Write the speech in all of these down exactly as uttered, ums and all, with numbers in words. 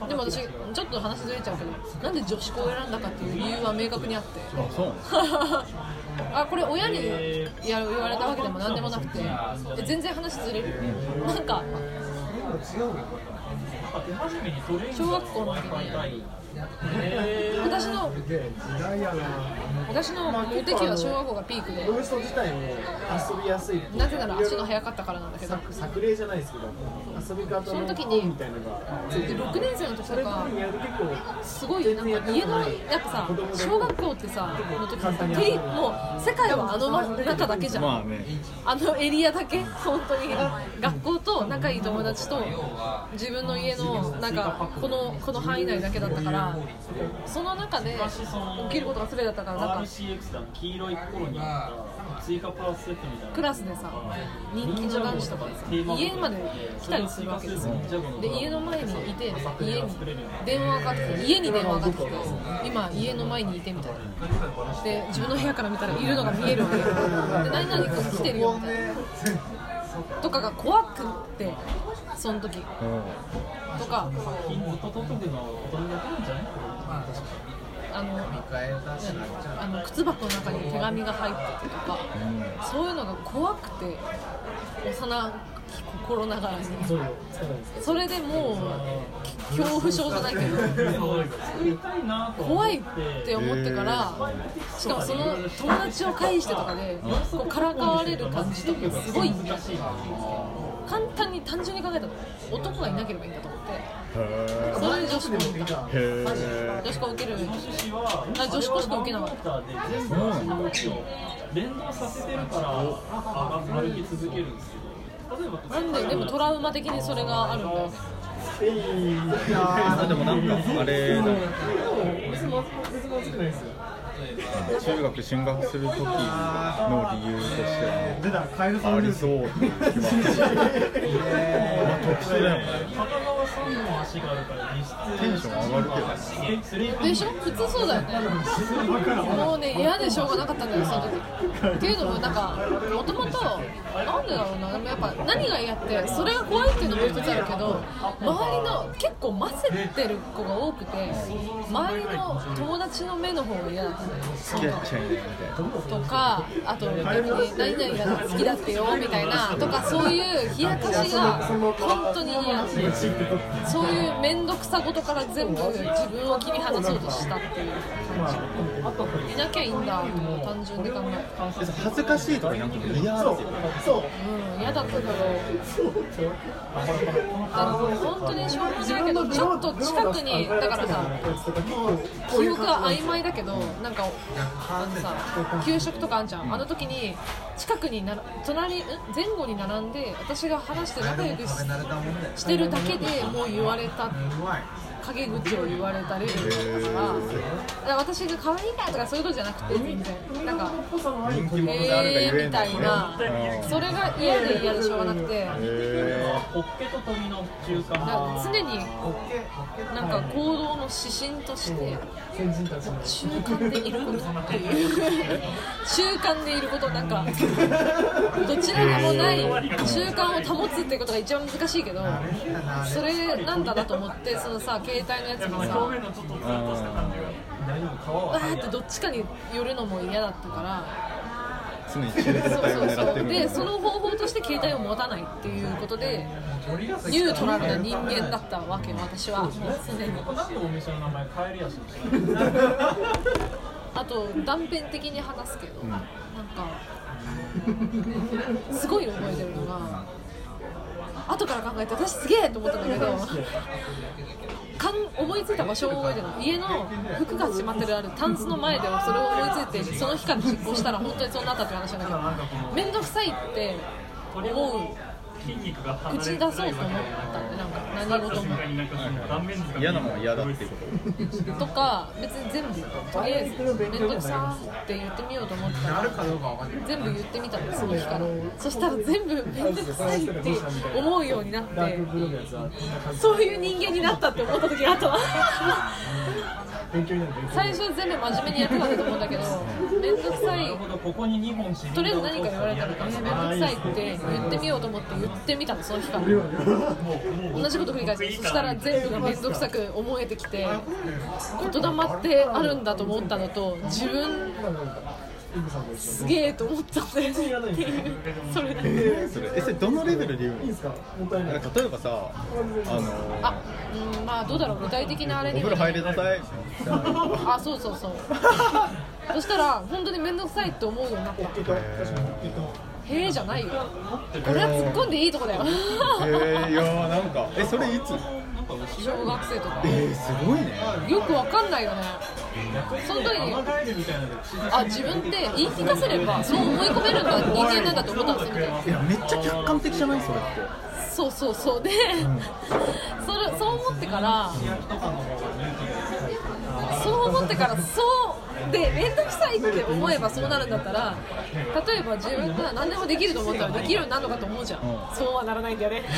でも私ちょっと話ずれちゃうけど、なんで女子校を選んだかっていう理由は明確にあって、 あ、そうあ、これ親にやる言われたわけでもなんでもなくて、全然話ずれる、うん、なんか小学校の時に私の私のモテ期は小学校がピークで、 ロースト自体も遊びやすい。 なぜなら足が速かったからなんだけど、 作例じゃないですけど、遊び方その時の本にみたいなのがろくねん生の時とかすごいなんか家のやっぱさ、小学校ってさの時さ、テリもう世界はあの中だけじゃん、 まあね、 あのエリアだけ、本当に学校と仲いい友達と自分の家のなんかこのこの範囲内だけだったから、その中で起きることが全てだったから、なんかアールシーエックス だ黄色い頃にあった追加プラスセットみたいなクラスでさ、人気の男子とかでさ、家まで来たりするわけですよ。で、家の前にいて、家に電話がかかってきて、家に電話がかかってきて、今家の前にいてみたいな。で、自分の部屋から見たらいるのが見えるわけで、何々君来てるよみたいなとかが怖くって、その時とか、あのあの靴箱の中に手紙が入っててとか、うん、そういうのが怖くて、幼き心ながらにそれでもう恐怖症じゃないけど怖いって思ってから、しかもその友達を介してとかでこうからかわれる感じとかすごい苦手。簡単に単純に考えたら男がいなければいいんだと思って、それで女子校受けた。女子校受ける、あ、女子校しか受けなかった。 連動させてるから歩き続けるんですけど、例えばなんででもトラウマ的にそれがあるんだよね。 でもなんかあれだ、中学進学する時の理由としてはありそうっていう気は特殊だよね。 片側さんの足があるから実質テンション上がるけどでしょ、普通そうだよね。もうね、嫌でしょうがなかったんだよ、その時。っていうのもなんか、もともとなんでだろうな、でもやっぱ何が嫌って、それが怖いっていうのも一つあるけど、周りの結構混ぜてる子が多くて、周りの友達の目の方が嫌だったんだよ。 付き合っちゃいないみたいなとか、あと逆に何々が好きだってよみたいなとか、そういう冷やかしが本当に嫌で、そういう面倒くさことから全部自分を切り離そうとしたっていう感じ。いなきゃいいんだと単純に考えて、 恥ずかしいとかなんか嫌っていう、 うん、嫌だったけど、あの本当に正直だけど、ちょっと近くにだからさ、記憶が曖昧だけど、なんかあのさ、給食とかあんじゃん、あの時に近くにな隣前後に並んで私が話して仲良く し, してるだけでもう言われた陰口を言われたレベルだから、だから私が可愛いかとかそういうことじゃなくて、全然なんか人気者であるがゆえにみたいな、それが嫌で嫌でしょうがなくて、 ホッケと鳥の中間だから常になんか行動の指針として中間でいることっていう中間でいること、なんかどちらでもない中間を保つっていうことが一番難しいけど、それなんだなと思って、そのさ携帯のやつもさ、わーってどっちかに寄るのも嫌だったから、 常に中間帯を狙ってる。 でその方法として携帯を持たないっていうことでニュートラルな人間だったわけ、私は常に。 何のお店の名前変えるやしあと断片的に話すけど、うん、なんかすごい覚えてるのが、後から考えて私すげえと思ったんだけどかん思いついた場所を覚えてるの。家の服がしまってるあるタンスの前でそれを思いついて、その日から実行したら本当にそうなったっていう話なんだけど、めんどくさいって思う口に出そうと思ったんで、なんか何事も嫌なものは嫌だっていうこととか、別に全部とりあえずめんどくさって言ってみようと思ったら全部言ってみたんです、その日から。そしたら全部めんどくさいって思うようになって、そういう人間になったって思った時があったわ最初は全部真面目にやってたんだと思うんだけど、めんどくさい、とりあえず何か言われたらめんどくさいって言ってみようと思って言ってみたの、その日から。 同じこと繰り返す。そしたら全部が面倒くさく思えてきて、言霊ってあるんだと思ったのと、自分すげえと思ったんだよねっていうそれで、 えー、それえそれどのレベルで言うの？例えばさ、あのー、 あ、うん、まあどうだろう、具体的なあれでお風呂入れなさいあ、そうそうそうそしたら本当に面倒くさいって思うようになった。へえじゃないよ、これは突っ込んでいいとこだよえー、いやなんかえそれいつ？ 小学生とか。 えー、すごいね。 よくわかんないよね。その時にあ、自分って言い聞かせればそう思い込めるんだ、人間なんだと思ったんですよ。 いやめっちゃ客観的じゃないそれって。 そうそうそうで、うん、それそう思ってからそう思ってからそうで面倒くさいって思えばそうなるんだったら、例えば自分が何でもできると思ったらできるようになるのかと思うじゃん、うん、そうはならないんだよね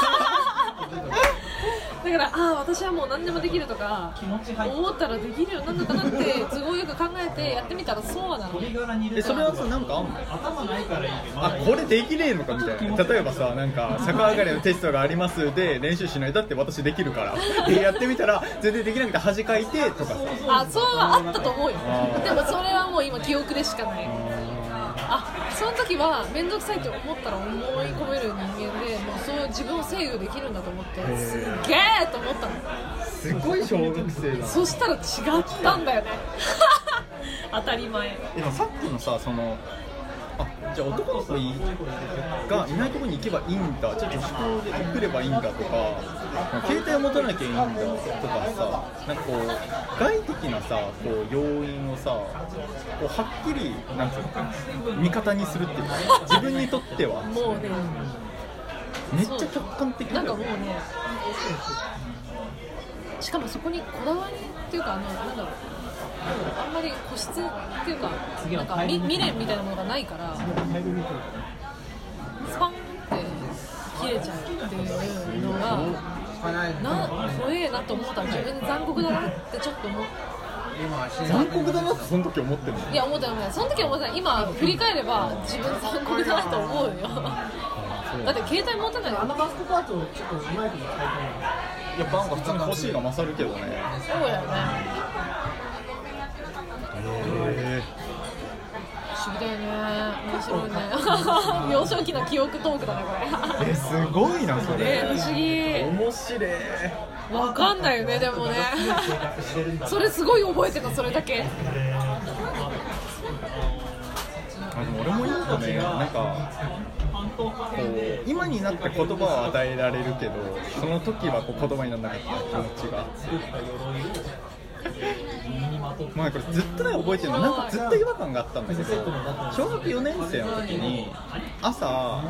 だからああ私はもう何でもできるとか思ったらできるようになるのかなって都合よく考えてやってみたらそうはならない。 えそれはさなんかあんの？あこれできねえのかみたいな。例えばさなんか逆上がりのテストがありますで練習しないだって私できるからでやってみたら全然できなくて恥かいてとかさ。 あそうはあったと思うよ。でもそれはもう今記憶でしかない。あその時は面倒くさいって思ったら思い込める人間でもうそう自分を制御できるんだと思ってすげーと思ったの。 すごい小学生だ。 そしたら違ったんだよね当たり前。 でもさっきのさそのあじゃあ男の子がいないところに行けばいいんだ、じゃあ女子校で来ればいいんだとか携帯を持たなきゃいいんだとかさ、なんかこう外的なさこう要因をさこうはっきりなんていうの味方にするっていうか自分にとってはもうねめっちゃ客観的だよね。 なんかもうねしかもそこにこだわりっていうかあのなんだろうあんまり個室っていうかなんか未練みたいなものがないからスパンって切れちゃうっていうのがな怖えなと思ったら自分残酷だなってちょっと思って。 残酷だなってその時思ってるの？ いや思ってない思ってない。その時は思ってない。今振り返れば自分残酷だなと思うよだって携帯持たない。 あのバストパートをちょっとうまいこと使いたい。 やっぱなんか普通に欲しいが勝るけどね。 そうだよね。 へー不思議だよね。面白いね幼少期の記憶トークだねこれえすごいなそれ、 ね、不思議。 面白い。 わかんないよねでもねそれすごい覚えてたそれだけ。 あでも俺も言うとねなんかこう今になって言葉を与えられるけどその時はこう言葉にならなかった気持ちがあってまあこれずっとね覚えてるのなんかずっと違和感があったんだけど小学よねん生の時に朝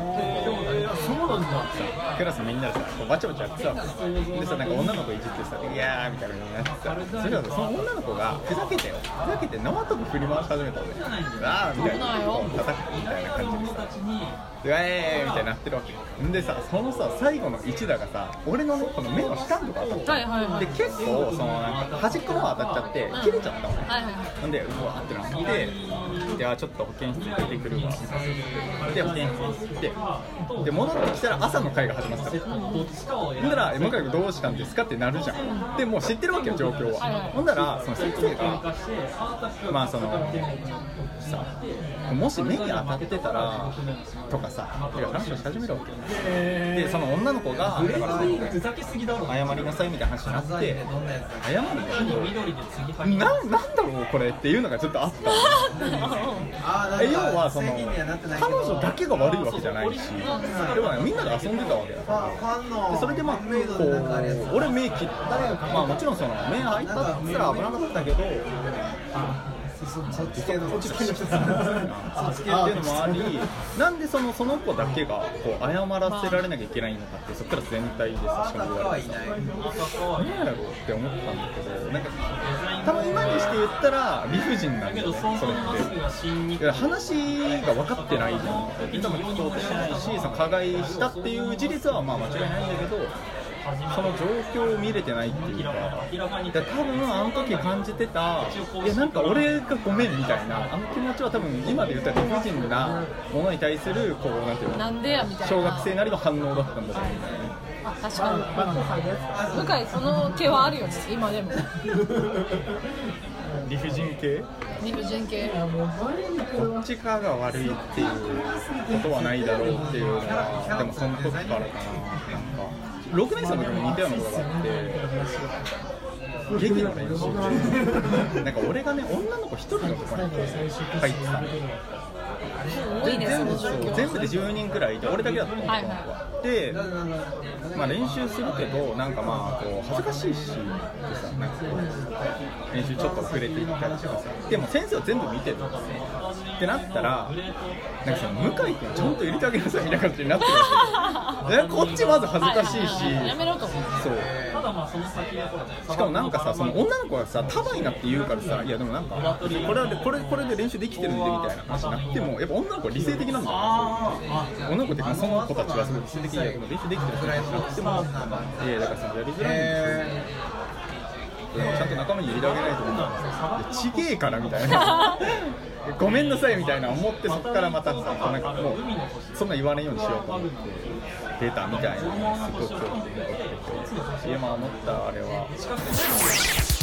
クラスみんなでさこうバチャバチャやってたのでさなんか女の子いじってさいやーみたいなのになってさそれはその女の子がふざけてよふざけて縄跳び振り回し始めたのねあーみたいな叩くみたいな感じでさうわーみたいになってるわけんでさそのさ最後の一打がさ俺のねこの目の下のとこ当たった、 はいはいはい、 で結構そのなんか端っこの方当たっちゃって切れちゃったのね、 はいはい、 なんでうわーってなってであちょっと保健室出てくるわで保健室行ってで戻ってきたら朝の会が始まってたの、うん、ほんだら向井君どうしたんですかってなるじゃんでもう知ってるわけよ状況は、はいはい、ほんだらその先生がまあそのさもし目に当たってたらとかさっていう話をし始めるわけよでその女の子がだから謝りなさいみたいな話になって謝るんだけどな、なんだろうこれっていうのがちょっとあったえ要はその彼女だけが悪いわけじゃないし要は、ね、みんなで遊んでたわけだからでそれでまあこう俺目切ったまあもちろんその目開いたって言ったら危なかったけどそっち系のそっち系の人そっち系っていうのもありなんでそのその子だけがこう謝らせられなきゃいけないのかってそっから全体でさしかも言われてさ何やろうって思ったんだけどなんか多分今にして言ったら理不尽なんだよねそれって話が分かってないじゃんいつも聞こうとしないしその加害したっていう事実はまあ間違いないんだけどその状況を見れてないっていうか多分あの時感じてたいやなんか俺がごめんみたいなあの気持ちは多分今で言ったら理不尽なものに対するこうなんていうのなんでやみたいな小学生なりの反応だったんだと思うんだよね確かにバナナ入るやつ向井その毛はあるよね今でも理不尽系理不尽系いやもう前にこれはどっちかが悪いっていうことはないだろうっていうのはでもその時からかな。なんかろくねん生の時も似たようなことがあって劇の練習中なんか俺がね女の子一人のところに入ってたの。 多いねそ全部の状況全部でじゅうにんくらいいて俺だけだったの、 はいはで、まあ、練習するけどなんかまあこう恥ずかしいしでさなんかこう練習ちょっと遅れていったりとかさでも先生は全部見てるってなったらなんかその向井君ちゃんと入れてあげなさいみたいな感じになってるわけでこっちまず恥ずかしいし、 はいはいはいやめろと思うそうただまあその先でしかもなんかさその女の子がさ束になって言うからさいやでもなんかこれはこれこれで練習できてるんでみたいな話になってもやっぱ女の子は理性的なんだよね女の子ってその子たちはすごい理性的にでも練習できてるからなくてもいやだからそのやりづらいんですよちゃんと仲間に入れてあげないと思うんだちげえからみたいなごめんなさいみたいな思ってそこからまたさなんかもうそんな言わないようにしようと思って出たみたいなすごく記憶に残ってて今思ったあれは